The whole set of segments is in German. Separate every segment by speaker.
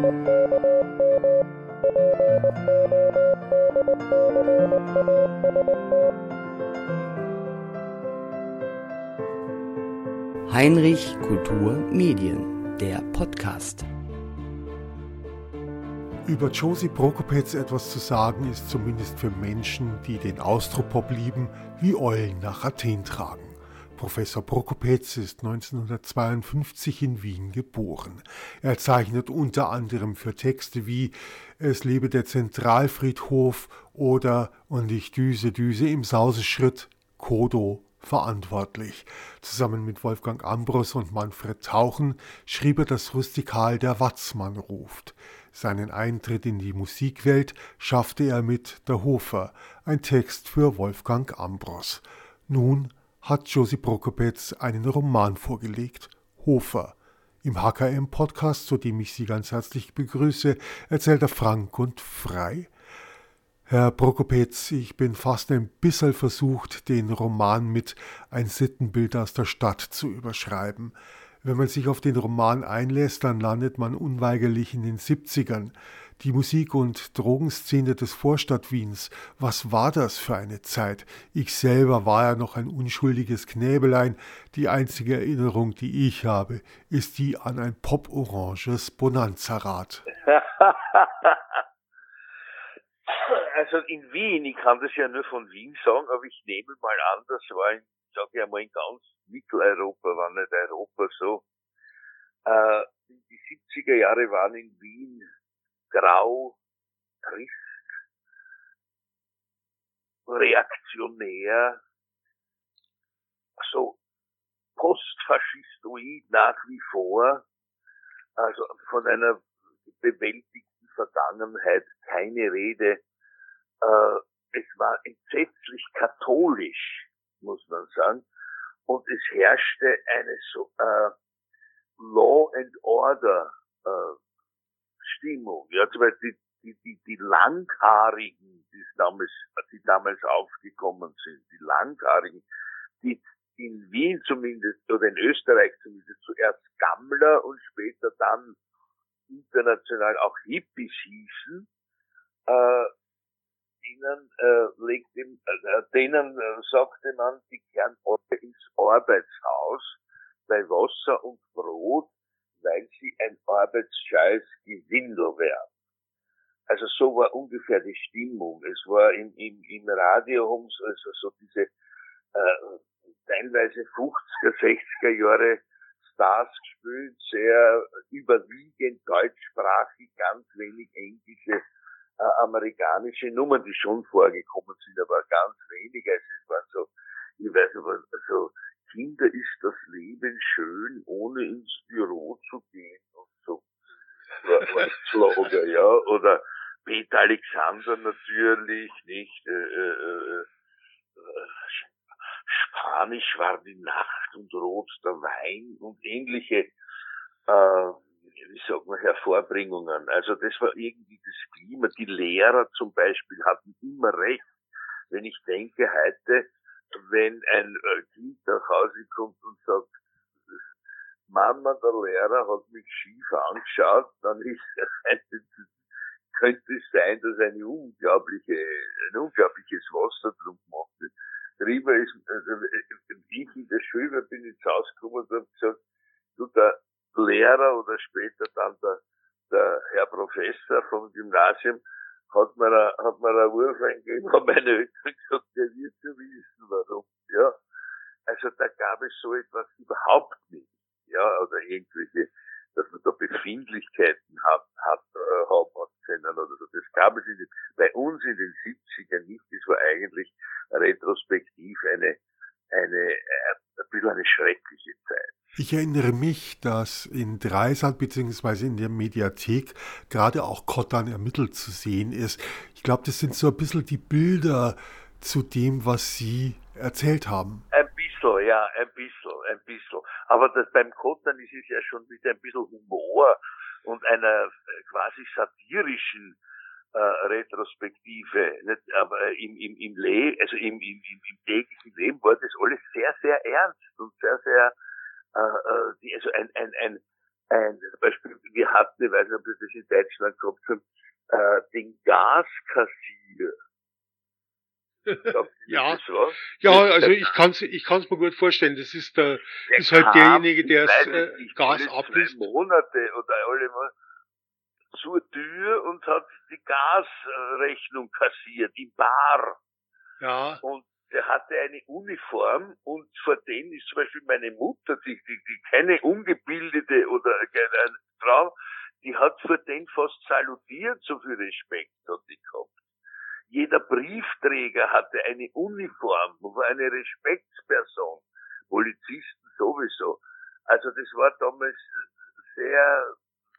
Speaker 1: Heinrich Kultur Medien, der Podcast.
Speaker 2: Über Josie Prokopec etwas zu sagen, ist zumindest für Menschen, die den Austropop lieben, wie Eulen nach Athen tragen. Professor Prokopec ist 1952 in Wien geboren. Er zeichnet unter anderem für Texte wie »Es lebe der Zentralfriedhof« oder »Und ich düse im Sauseschritt« Kodo verantwortlich. Zusammen mit Wolfgang Ambros und Manfred Tauchen schrieb er das Rustikal Der Watzmann ruft. Seinen Eintritt in die Musikwelt schaffte er mit Der Hofer, ein Text für Wolfgang Ambros. Nun hat Josie Prokopec einen Roman vorgelegt, Hofer. Im HKM-Podcast, zu dem ich Sie ganz herzlich begrüße, erzählt er frank und frei. Herr Prokopec, ich bin fast ein bisschen versucht, den Roman mit »Ein Sittenbild aus der Stadt« zu überschreiben. Wenn man sich auf den Roman einlässt, dann landet man unweigerlich in den 70ern. Die Musik- und Drogenszene des Vorstadtwiens, was war das für eine Zeit? Ich selber war ja noch ein unschuldiges Knäbelein. Die einzige Erinnerung, die ich habe, ist die an ein poporanges Bonanza-Rad.
Speaker 3: Also in Wien, ich kann das ja nur von Wien sagen, aber ich nehme mal an, das war in, sag ich einmal, in ganz Mitteleuropa, war nicht Europa so. Die 70er Jahre waren in Wien grau, trist, reaktionär, so postfaschistoid nach wie vor, also von einer bewältigten Vergangenheit keine Rede. Es war entsetzlich katholisch, muss man sagen, und es herrschte eine so Law and Order Stimmung. Ja, zum Beispiel die Langhaarigen, die damals aufgekommen sind, die Langhaarigen, die in Wien zumindest oder in Österreich zumindest zuerst Gammler und später dann international auch Hippies hießen, denen sagte man, die kehren alle ins Arbeitshaus bei Wasser und Brot, weil sie ein arbeitsscheiß Gesindel wären. Also so war ungefähr die Stimmung. Es war im Radio, also so diese teilweise 50er, 60er Jahre Stars gespielt, sehr überwiegend deutschsprachig, ganz wenig englische, amerikanische Nummern, die schon vorgekommen sind, aber ganz wenig. Also es waren so, ich weiß aber, so, Kinder ist das Leben schön, ohne ins Büro zu gehen und so. War Slogan, ja. Oder Peter Alexander natürlich, nicht, Spanisch war die Nacht und rot der Wein und ähnliche, wie sagt man, Hervorbringungen. Also das war irgendwie das Klima. Die Lehrer zum Beispiel hatten immer recht. Wenn ich denke heute, wenn ein Kind nach Hause kommt und sagt, Mama, der Lehrer hat mich schief angeschaut, dann könnte es sein, dass ein unglaubliches Wasser drum gemacht wird. Drüber ist, ich in der Schule bin ins Haus gekommen und habe gesagt, du, der Lehrer oder später dann der Herr Professor vom Gymnasium hat mir eine Urfein gegeben, haben meine Eltern gesagt, der wird schon wissen, warum. Ja. Also da gab es so etwas überhaupt nicht. Ja, oder irgendwelche, dass man da Befindlichkeiten haben können oder so. Das gab es bei uns in den 70ern nicht. Das war eigentlich retrospektiv ein bisschen eine schreckliche Zeit.
Speaker 2: Ich erinnere mich, dass in Dreisat bzw. in der Mediathek gerade auch Kottan ermittelt zu sehen ist. Ich glaube, das sind so ein bisschen die Bilder zu dem, was Sie erzählt haben.
Speaker 3: Ein bisschen, ja, ein bisschen. Aber beim Kottan ist es ja schon mit ein bisschen Humor und einer quasi satirischen Retrospektive, nicht? Aber im täglichen Leben war das alles sehr, sehr ernst und sehr, sehr also zum Beispiel, wir hatten, ich weiß nicht, ob wir das in Deutschland gehabt haben, den Gaskassier.
Speaker 4: Ja, also ich kann's mir gut vorstellen. Das ist halt derjenige, der das Gas ablöst.
Speaker 3: 2 Monate oder alle mal zur Tür und hat die Gasrechnung kassiert, im Bar.
Speaker 4: Ja.
Speaker 3: Und der hatte eine Uniform und vor denen ist zum Beispiel meine Mutter, die keine ungebildete oder eine Frau, die hat vor denen fast salutiert, so viel Respekt hat die gehabt. Jeder Briefträger hatte eine Uniform, war eine Respektsperson. Polizisten sowieso. Also das war damals sehr,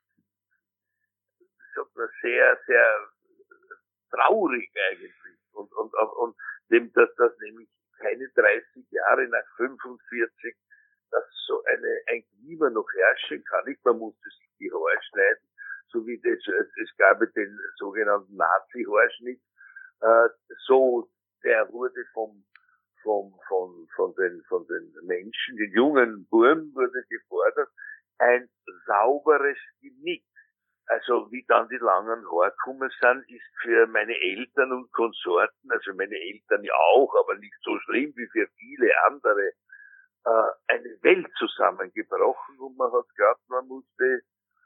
Speaker 3: sehr, sehr traurig eigentlich. Und dass nämlich keine 30 Jahre nach 45, dass so ein Klima noch herrschen kann. Nicht, man musste sich die Haare schneiden, so wie es gab den sogenannten Nazi-Haarschnitt. So, der wurde von den Menschen, den jungen Burm wurde gefordert, ein sauberes Genick. Also, wie dann die langen Haare gekommen sind, ist für meine Eltern und Konsorten, also meine Eltern ja auch, aber nicht so schlimm wie für viele andere, eine Welt zusammengebrochen und man hat geglaubt, man musste,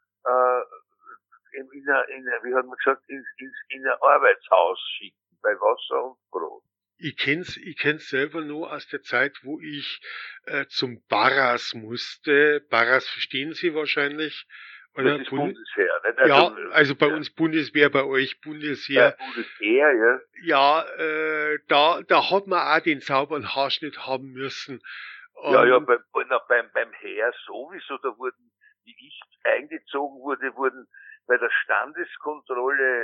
Speaker 3: wie hat man gesagt, in ein Arbeitshaus schicken, bei Wasser und Brot.
Speaker 4: Ich kenn's selber nur aus der Zeit, wo ich zum Barras musste. Barras verstehen Sie wahrscheinlich. Oder
Speaker 3: das ist Bundesheer, nicht?
Speaker 4: Also bei uns Bundeswehr, bei euch Bundesheer.
Speaker 3: Bundesheer, ja.
Speaker 4: Ja, da hat man auch den sauberen Haarschnitt haben müssen.
Speaker 3: Beim Heer sowieso, da wurden, wie ich eingezogen wurde, wurden bei der Standeskontrolle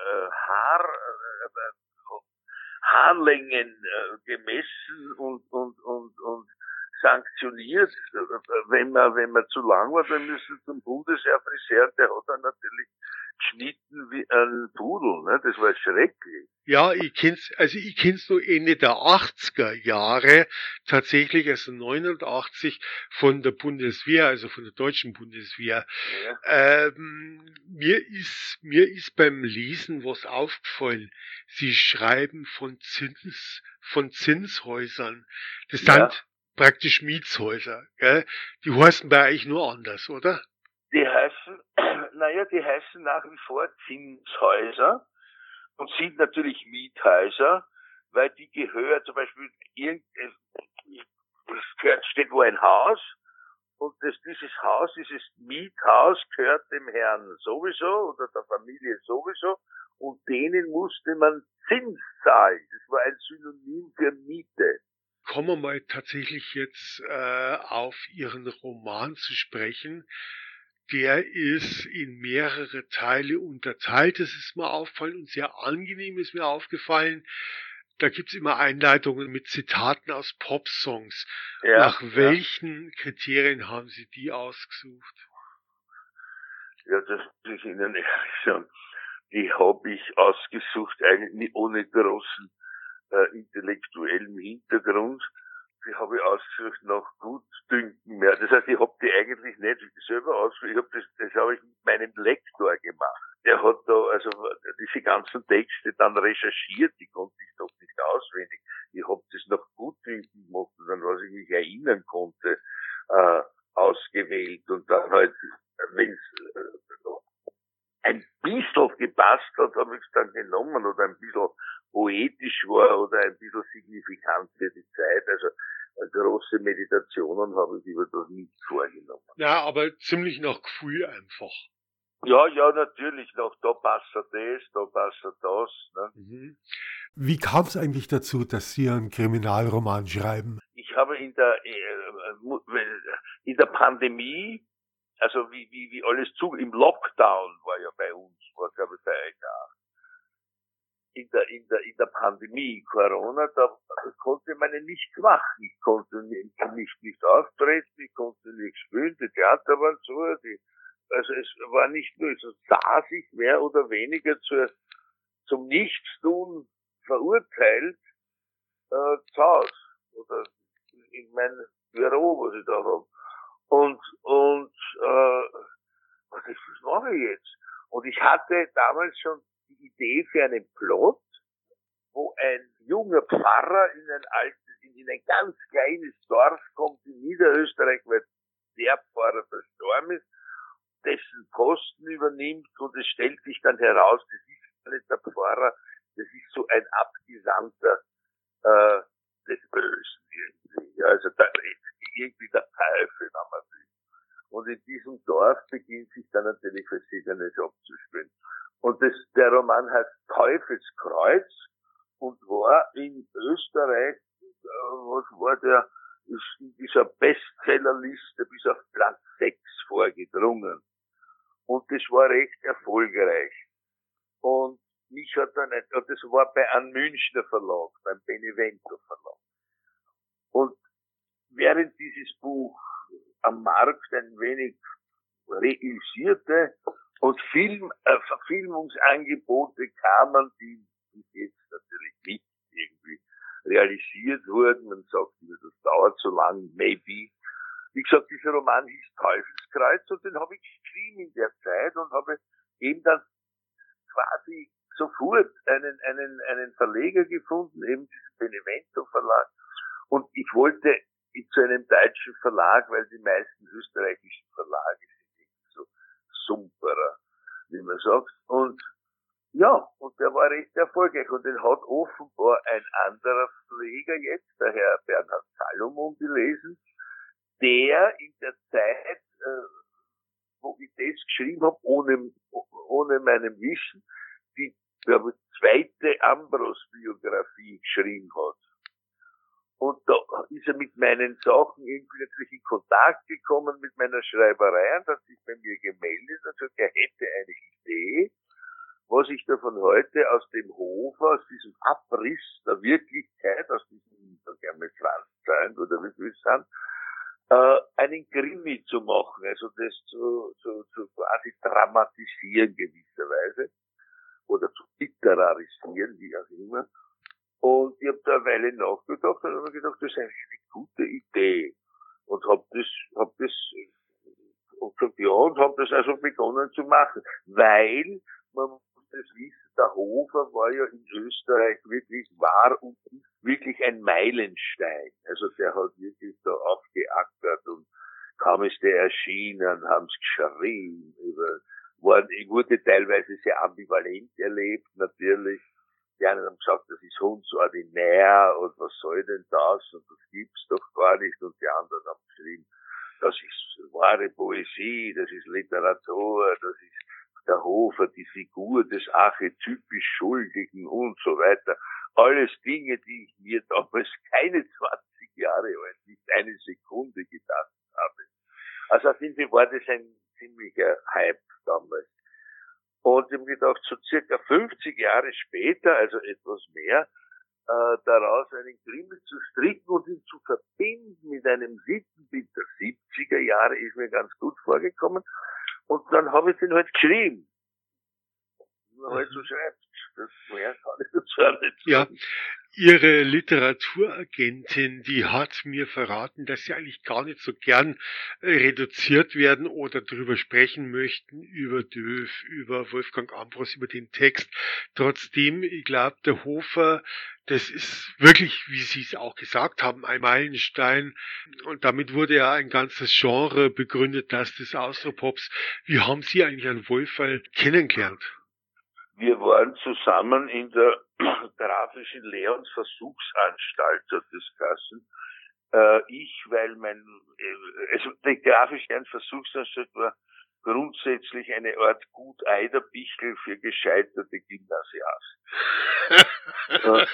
Speaker 3: Haarlängen gemessen und sanktioniert. Wenn man zu lang war, dann müssen zum Bundesheerfriseur, der hat dann natürlich geschnitten wie ein Pudel, ne? Das war schrecklich.
Speaker 4: Ja, ich kenn's nur Ende der 80er Jahre, tatsächlich, also 89 von der Bundeswehr, also von der deutschen Bundeswehr.
Speaker 3: Ja.
Speaker 4: Mir ist beim Lesen was aufgefallen. Sie schreiben von Zinshäusern. Das sind praktisch Mietshäuser, gell? Die heißen bei euch nur anders, oder?
Speaker 3: Die heißen nach wie vor Zinshäuser und sind natürlich Miethäuser, weil die gehört zum Beispiel steht wo ein Haus und dieses Haus, dieses Miethaus gehört dem Herrn sowieso oder der Familie sowieso und denen musste man Zins zahlen. Das war ein Synonym für Miete.
Speaker 4: Kommen wir mal tatsächlich jetzt auf Ihren Roman zu sprechen. Der ist in mehrere Teile unterteilt. Das ist mir aufgefallen und sehr angenehm ist mir aufgefallen. Da gibt's immer Einleitungen mit Zitaten aus Popsongs.
Speaker 3: Ja,
Speaker 4: Nach welchen Kriterien haben Sie die ausgesucht?
Speaker 3: Ja, das will ich Ihnen ehrlich sagen. Die habe ich ausgesucht, eigentlich ohne großen intellektuellen Hintergrund. Die habe ich ausgesucht nach Gutdünken mehr. Das heißt, ich habe die eigentlich nicht selber ausgesucht. Das habe ich mit meinem Lektor gemacht. Der hat da also diese ganzen Texte dann recherchiert, die konnte ich doch nicht auswendig. Ich habe das nach Gutdünken gemacht und dann, was ich mich erinnern konnte, ausgewählt und dann halt, wenn es ein bisschen gepasst hat, habe ich es dann genommen oder ein bisschen poetisch war oder ein bisschen signifikant für die Zeit. Also große Meditationen habe ich über das nicht vorgenommen.
Speaker 4: Ja, aber ziemlich nach Gefühl einfach.
Speaker 3: Ja, natürlich. Da passt das, da passt das. Ne?
Speaker 2: Mhm. Wie kam es eigentlich dazu, dass Sie einen Kriminalroman schreiben?
Speaker 3: Ich habe in der Pandemie, also wie alles im Lockdown war ja bei uns, war glaube ich bei euch auch. In der Pandemie, Corona, da konnte man nichts machen. Ich konnte nicht auftreten, ich konnte nichts spielen, die Theater waren zu, also es war nicht nur, so saß ich mehr oder weniger zum Nichtstun verurteilt, zu Hause oder in mein Büro, was ich da habe. Und was mache ich jetzt? Und ich hatte damals schon die Idee für einen Plot, wo ein junger Pfarrer in ein ganz kleines Dorf kommt in Niederösterreich, weil der Pfarrer verstorben ist, dessen Posten übernimmt, und es stellt sich dann heraus, das ist nicht der Pfarrer, das ist so ein Abgesandter des Bösen irgendwie. Also irgendwie der Teufel, wenn man will. Und in diesem Dorf beginnt sich dann natürlich Verschiedenes abzuspielen. Und der Roman heißt Teufelskreuz und war in Österreich, was war der, ist in dieser Bestsellerliste bis auf Platz 6 vorgedrungen. Und das war recht erfolgreich. Und mich hat dann nicht, und das war bei einem Münchner Verlag, beim Benevento Verlag. Und während dieses Buch am Markt ein wenig reüssierte und Verfilmungsangebote kamen, die bis jetzt natürlich nicht irgendwie realisiert wurden. Man sagt immer, das dauert so lang, maybe. Wie gesagt, dieser Roman hieß Teufelskreuz und den habe ich geschrieben in der Zeit und habe eben dann quasi sofort einen Verleger gefunden, eben diesen Benevento Verlag. Und ich wollte zu einem deutschen Verlag, weil die meisten österreichischen Verlage sind irgendwie so Sumperer, wie man sagt. Und ja, und der war recht erfolgreich. Und den hat offenbar ein anderer Verleger jetzt, der Herr Bernhard Salomon, gelesen, der in der Zeit, wo ich das geschrieben habe, ohne meinem Wissen, die zweite Ambros-Biografie geschrieben hat. Und da ist er mit meinen Sachen irgendwie natürlich in Kontakt gekommen mit meiner Schreiberei und hat sich bei mir gemeldet und gesagt, er hätte eine Idee, was ich da von heute aus dem Hofer, aus diesem Abriss der Wirklichkeit, aus diesem, sagen wir mal, Pflanzenzeilen oder wie wir es sind, einen Krimi zu machen, also das zu quasi dramatisieren gewisserweise oder zu literarisieren, wie auch immer. Und ich habe da eine Weile nachgedacht und habe mir gedacht, das ist eigentlich eine gute Idee. Und habe das also begonnen zu machen. Weil, man muss das wissen, der Hofer war ja in Österreich war und ist wirklich ein Meilenstein. Also der hat wirklich da aufgeackert und kaum ist der erschienen, haben es geschrien. Ich wurde teilweise sehr ambivalent erlebt, natürlich. Die einen haben gesagt, das ist hundsordinär und was soll denn das und das gibt's doch gar nicht, und die anderen haben geschrieben, das ist wahre Poesie, das ist Literatur, das ist der Hofer, die Figur des archetypisch Schuldigen und so weiter. Alles Dinge, die ich mir damals keine 20 Jahre alt, nicht eine Sekunde gedacht habe. Also auf jeden Fall war das ein ziemlicher Hype damals. Und ich habe gedacht, so circa 50 Jahre später, also etwas mehr, daraus einen Krimi zu stricken und ihn zu verbinden mit einem Sittenbild der 70er Jahre ist mir ganz gut vorgekommen. Und dann habe ich den halt geschrieben. Wie man halt so schreibt. Das mehr kann ich dazu auch nicht sagen.
Speaker 4: Ja, Ihre Literaturagentin, die hat mir verraten, dass Sie eigentlich gar nicht so gern reduziert werden oder darüber sprechen möchten, über Döf, über Wolfgang Ambros, über den Text. Trotzdem, ich glaube, der Hofer, das ist wirklich, wie Sie es auch gesagt haben, ein Meilenstein. Und damit wurde ja ein ganzes Genre begründet, das des Austropops. Wie haben Sie eigentlich einen Wolferl kennengelernt?
Speaker 3: Wir waren zusammen in der grafischen Lehr- und Versuchsanstalt, hat das geheißen. Also die grafische Lehr- und Versuchsanstalt war grundsätzlich eine Art Gut-Eiderbichel für gescheiterte Gymnasiasten.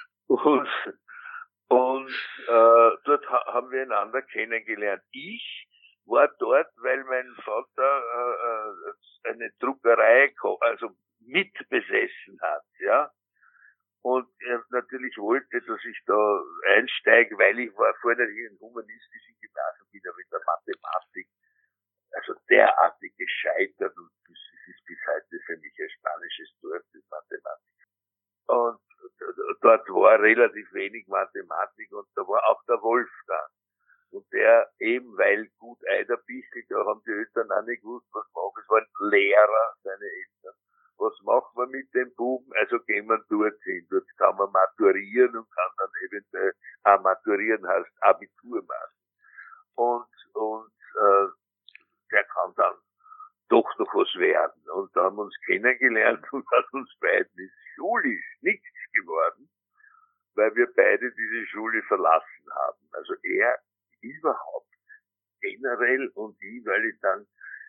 Speaker 3: und dort haben wir einander kennengelernt. Ich war dort, weil mein Vater eine Druckerei, also mitbesessen hat, ja. Und er natürlich wollte, dass ich da einsteige, weil ich war vorher in einem humanistischen Gymnasium wieder mit der Mathematik, also derartig gescheitert, und das ist bis heute für mich ein spanisches Dorf, das Mathematik. Und dort war relativ wenig Mathematik und da war auch der Wolfgang. Und der eben, weil Gut Eiderbichel da haben die Eltern auch nicht gewusst, was machen. Es waren Lehrer, seine Eltern. Was machen wir mit dem Buben? Also gehen wir dorthin. Dort kann man maturieren und kann dann eventuell, maturieren heißt Abitur machen. Und der kann dann doch noch was werden. Und da haben wir uns kennengelernt und aus uns beiden ist schulisch nichts geworden, weil wir beide diese Schule verlassen haben. Also er überhaupt generell und ich, weil ich dann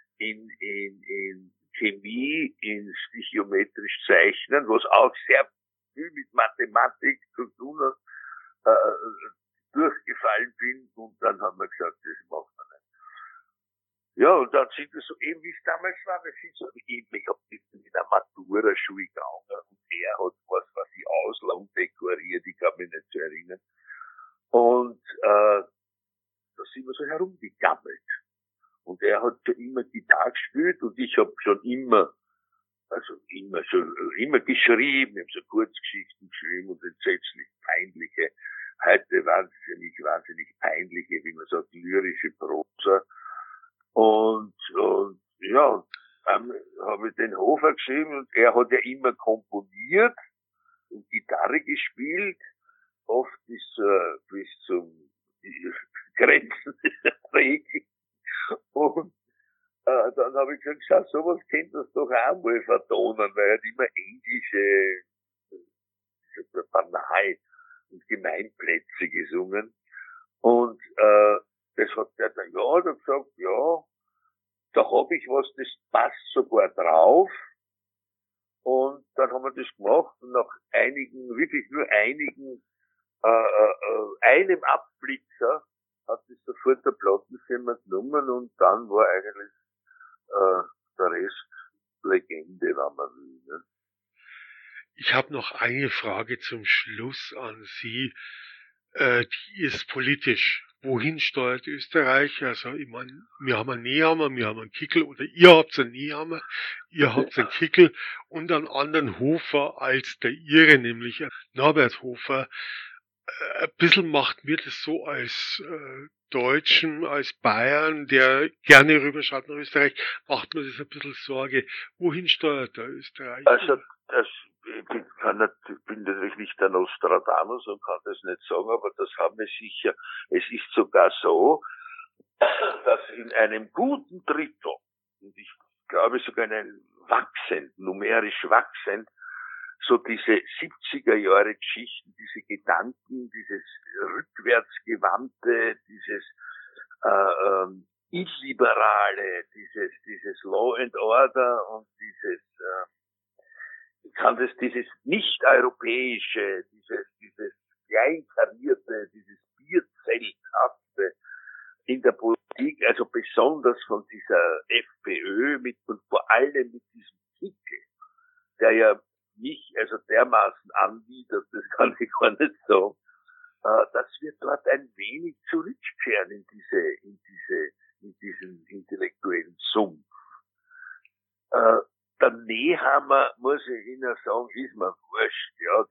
Speaker 3: in Chemie, in stichiometrisch Zeichnen, was auch sehr viel mit Mathematik zu tun hat, durchgefallen bin und dann haben wir gesagt, das machen wir nicht. Ja, und dann sind wir so, eben wie es damals war, wir sind so, ich hab in der Matura-Schule gegangen und er hat was ich Ausland dekoriert, ich kann mich nicht so erinnern. Und da sind wir so herumgegammelt. Und er hat schon immer Gitarre gespielt und ich habe schon immer geschrieben, ich habe so Kurzgeschichten geschrieben und entsetzlich peinliche, heute wahnsinnig peinliche, wie man sagt, lyrische Prosa. Und ja, dann habe ich den Hofer geschrieben und er hat ja immer komponiert und Gitarre gespielt, oft bis zum Grenzen des Erträglichen. Und dann habe ich gesagt, schau, sowas könnt ihr doch auch mal vertonen, weil er hat immer englische, banal und Gemeinplätze gesungen. Und das hat der dann gesagt, ja, da habe ich was, das passt sogar drauf. Und dann haben wir das gemacht und nach einem Abblitzer hat das sofort der Plattenfirma genommen und dann war eigentlich der Rest Legende, wenn man will. Ne?
Speaker 4: Ich habe noch eine Frage zum Schluss an Sie. Die ist politisch. Wohin steuert Österreich? Also, ich meine, wir haben einen Nehammer, wir haben einen Kickel, oder ihr habt einen Nehammer, ihr habt einen Kickel und einen anderen Hofer als der Ihre, nämlich Norbert Hofer. Ein bisschen macht mir das so als Deutschen, als Bayern, der gerne rüberschaut nach Österreich, macht mir das ein bisschen Sorge. Wohin steuert der Österreich?
Speaker 3: Also, ich bin natürlich nicht der Nostradamus und kann das nicht sagen, aber das haben wir sicher. Es ist sogar so, dass in einem guten Drittel, und ich glaube sogar in einem numerisch wachsend, so diese 70er Jahre Geschichten, diese Gedanken, dieses rückwärtsgewandte, dieses illiberale, dieses Law and Order und dieses dieses nicht-europäische, dieses kleinkarierte, dieses Bierzelthafte in der Politik, also besonders von dieser FPÖ und vor allem mit diesem Kickel, der ja mich also dermaßen anbietet, das kann ich gar nicht sagen, dass wir dort ein wenig zurückkehren in diesen intellektuellen Sumpf. Der Nehammer, muss ich Ihnen sagen, ist mir wurscht, ja,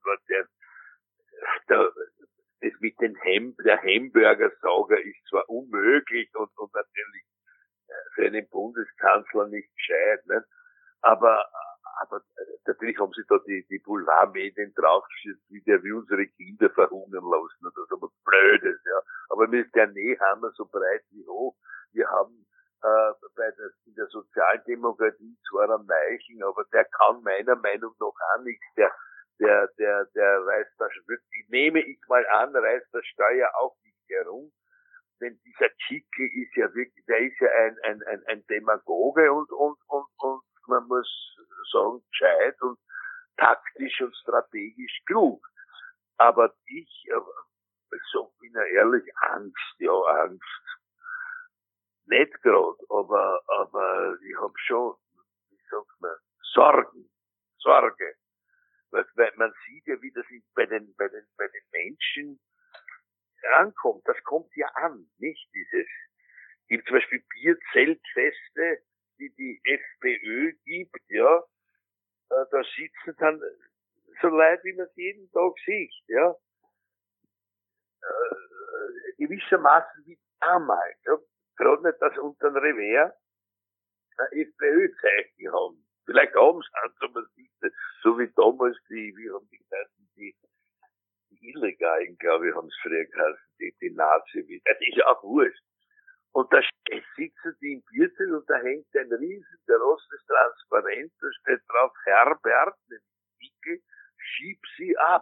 Speaker 3: das mit der Hamburger-Sauger ist zwar unmöglich und natürlich für einen Bundeskanzler nicht gescheit, ne? Aber natürlich haben sie da die Boulevardmedien draufgeschrieben, wie der will unsere Kinder verhungern lassen, oder so was Blödes, ja. Aber mir ist der Nehammer so breit wie hoch. Wir haben in der Sozialdemokratie zwar am Neichen, aber der kann meiner Meinung nach auch nichts. Der reißt das, nehme ich mal an, reißt das Steuer auch nicht herum. Denn dieser Kickel ist ja wirklich, der ist ja ein Demagoge und man muss sagen, gescheit und taktisch und strategisch klug. Aber ich, so bin ich ehrlich, Angst. Nicht gerade, aber ich hab schon, wie sagt man, Sorge. Weil man sieht ja, wie das bei den Menschen ankommt. Das kommt ja an, nicht gibt zum Beispiel Bierzeltfeste, die FPÖ gibt, ja, da sitzen dann so Leute, wie man es jeden Tag sieht, ja, gewissermaßen wie damals, ja. gerade nicht, dass unter dem Revers ein FPÖ-Zeichen haben. Vielleicht haben sie eins, aber nicht, so wie damals wie haben die geheißen, die Illegalen, glaube ich, haben es früher geheißen, die Nazi, das ist ja auch wurscht. Und da sitzen die im Bierzel und da hängt ein riesen großes Transparent, da steht drauf Herbert, Dicke, schieb sie ab.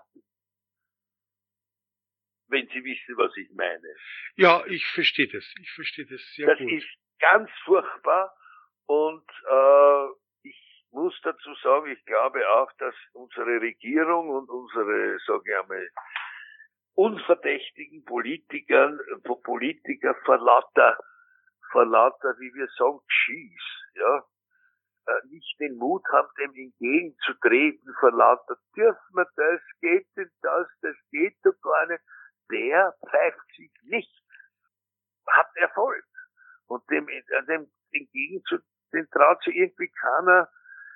Speaker 3: Wenn Sie wissen, was ich meine.
Speaker 4: Ja, ich verstehe das sehr
Speaker 3: das
Speaker 4: gut.
Speaker 3: Das ist ganz furchtbar und ich muss dazu sagen, ich glaube auch, dass unsere Regierung und unsere, sage ich einmal, unverdächtigen Politiker vor lauter, wie wir sagen, Schieß, ja, nicht den Mut haben, dem entgegenzutreten, vor lauter, dürfen wir das, geht denn das geht doch gar nicht, der pfeift sich nicht, hat Erfolg. Und dem traut sich irgendwie keiner,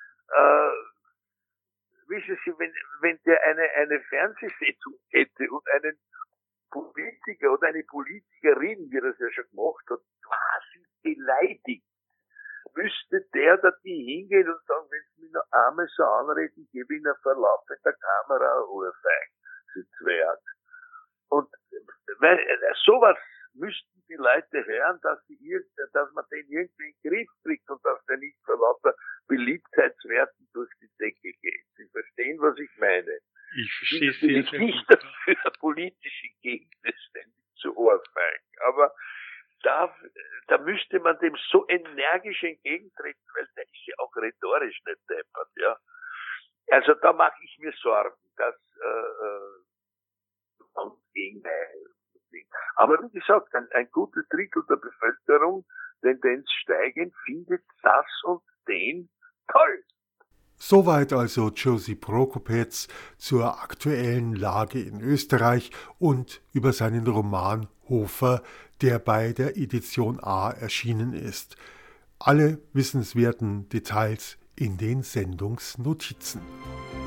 Speaker 3: wissen Sie, wenn der eine Fernsehsendung hätte und einen Politiker oder eine Politikerin, wie das ja schon gemacht hat, quasi beleidigt, müsste der da die hingehen und sagen, wenn Sie mich noch einmal so anreden, gebe ich Ihnen vor laufender Kamera eine Ohrfeige, Sie Zwerg. Und weil sowas müssten die Leute hören, dass man den irgendwie in den Griff kriegt und dass der nicht vor lauter Beliebtheitswerten durch die Decke geht. Sie verstehen, was ich meine.
Speaker 4: Ich verstehe es
Speaker 3: sehr gut. Nicht dafür, politische Gegner ständig zu ohrfeigen. Aber da müsste man dem so energisch entgegentreten, weil der ist ja auch rhetorisch nicht deppert, ja. Also da mache ich mir Sorgen, dass aber wie gesagt, ein gutes Drittel der Bevölkerung, Tendenz steigend, findet das und den toll.
Speaker 2: Soweit also Jerzy Prokopec zur aktuellen Lage in Österreich und über seinen Roman Hofer, der bei der Edition A erschienen ist. Alle wissenswerten Details in den Sendungsnotizen.